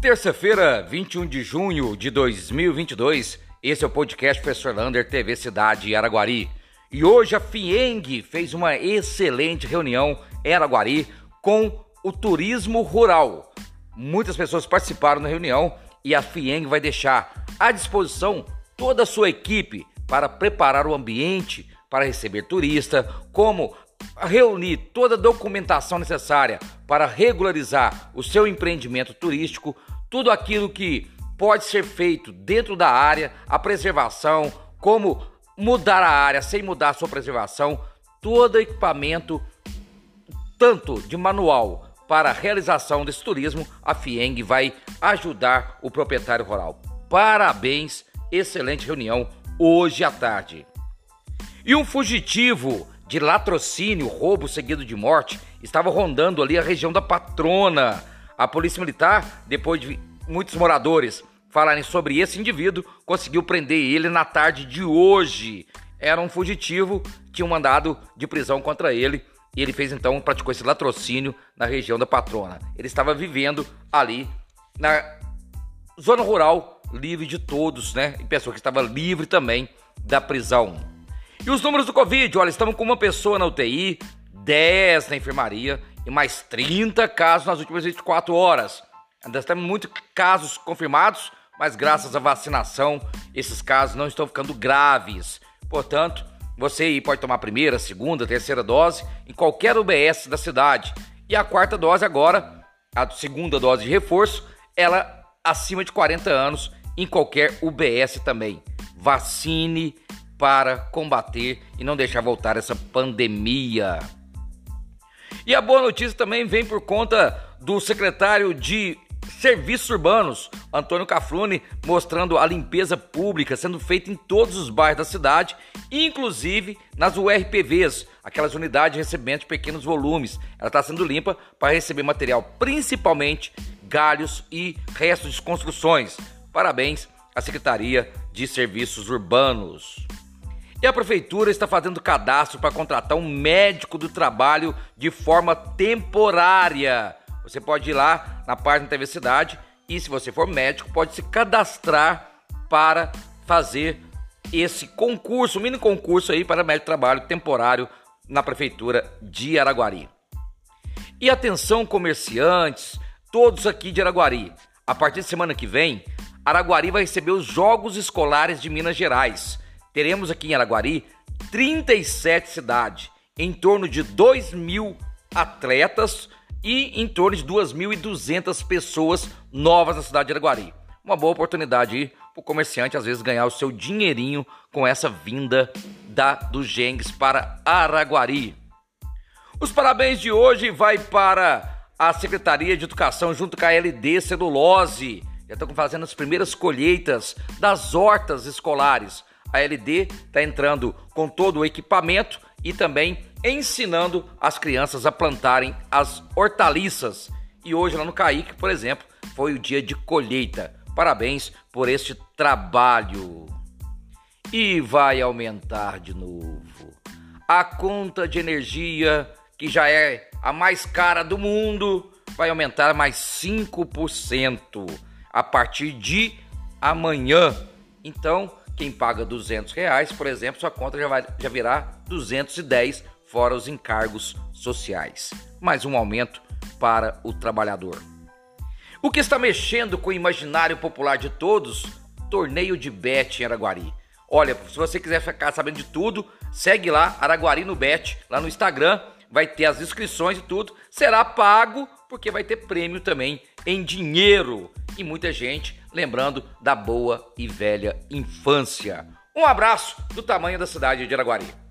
Terça-feira, 21 de junho de 2022, esse é o podcast Professor Lander, TV Cidade Araguari. E hoje a FIENG fez uma excelente reunião em Araguari com o turismo rural. Muitas pessoas participaram da reunião e a FIENG vai deixar à disposição toda a sua equipe para preparar o ambiente para receber turista, como reunir toda a documentação necessária para regularizar o seu empreendimento turístico, tudo aquilo que pode ser feito dentro da área, a preservação, como mudar a área sem mudar a sua preservação, todo equipamento, tanto de manual para a realização desse turismo, a FIENG vai ajudar o proprietário rural. Parabéns, excelente reunião hoje à tarde. E um fugitivo de latrocínio, roubo seguido de morte, estava rondando ali a região da Patrona. A Polícia Militar, depois de muitos moradores falarem sobre esse indivíduo, conseguiu prender ele na tarde de hoje. Era um fugitivo, tinha um mandado de prisão contra ele, e ele praticou esse latrocínio na região da Patrona. Ele estava vivendo ali na zona rural, livre de todos, né? E pessoa que estava livre também da prisão. E os números do Covid, olha, estamos com uma pessoa na UTI, 10 na enfermaria e mais 30 casos nas últimas 24 horas. Ainda temos muitos casos confirmados, mas graças à vacinação, esses casos não estão ficando graves. Portanto, você aí pode tomar a primeira, segunda, terceira dose em qualquer UBS da cidade. E a quarta dose agora, a segunda dose de reforço, ela acima de 40 anos em qualquer UBS também. Vacine para combater e não deixar voltar essa pandemia. E a boa notícia também vem por conta do secretário de Serviços Urbanos, Antônio Cafrune, mostrando a limpeza pública sendo feita em todos os bairros da cidade, inclusive nas URPVs, aquelas unidades de recebimento de pequenos volumes. Ela está sendo limpa para receber material, principalmente galhos e restos de construções. Parabéns à Secretaria de Serviços Urbanos. E a Prefeitura está fazendo cadastro para contratar um médico do trabalho de forma temporária. Você pode ir lá na página TV Cidade e, se você for médico, pode se cadastrar para fazer esse concurso, um mini concurso aí para médico de trabalho temporário na Prefeitura de Araguari. E atenção, comerciantes, todos aqui de Araguari. A partir de semana que vem, Araguari vai receber os Jogos Escolares de Minas Gerais. Teremos aqui em Araguari 37 cidades, em torno de 2.000 atletas e em torno de 2.200 pessoas novas na cidade de Araguari. Uma boa oportunidade aí para o comerciante, às vezes, ganhar o seu dinheirinho com essa vinda dos Gengs para Araguari. Os parabéns de hoje vai para a Secretaria de Educação junto com a LD Celulose. Já estão fazendo as primeiras colheitas das hortas escolares. A LD está entrando com todo o equipamento e também ensinando as crianças a plantarem as hortaliças. E hoje lá no CAIC, por exemplo, foi o dia de colheita. Parabéns por este trabalho. E vai aumentar de novo. A conta de energia, que já é a mais cara do mundo, vai aumentar mais 5% a partir de amanhã. Então, quem paga R$200, por exemplo, sua conta já virá 210, fora os encargos sociais. Mais um aumento para o trabalhador. O que está mexendo com o imaginário popular de todos? Torneio de Bet em Araguari. Olha, se você quiser ficar sabendo de tudo, segue lá, Araguari no Bet, lá no Instagram. Vai ter as inscrições e tudo. Será pago, porque vai ter prêmio também em dinheiro. E muita gente lembrando da boa e velha infância. Um abraço do tamanho da cidade de Araguari.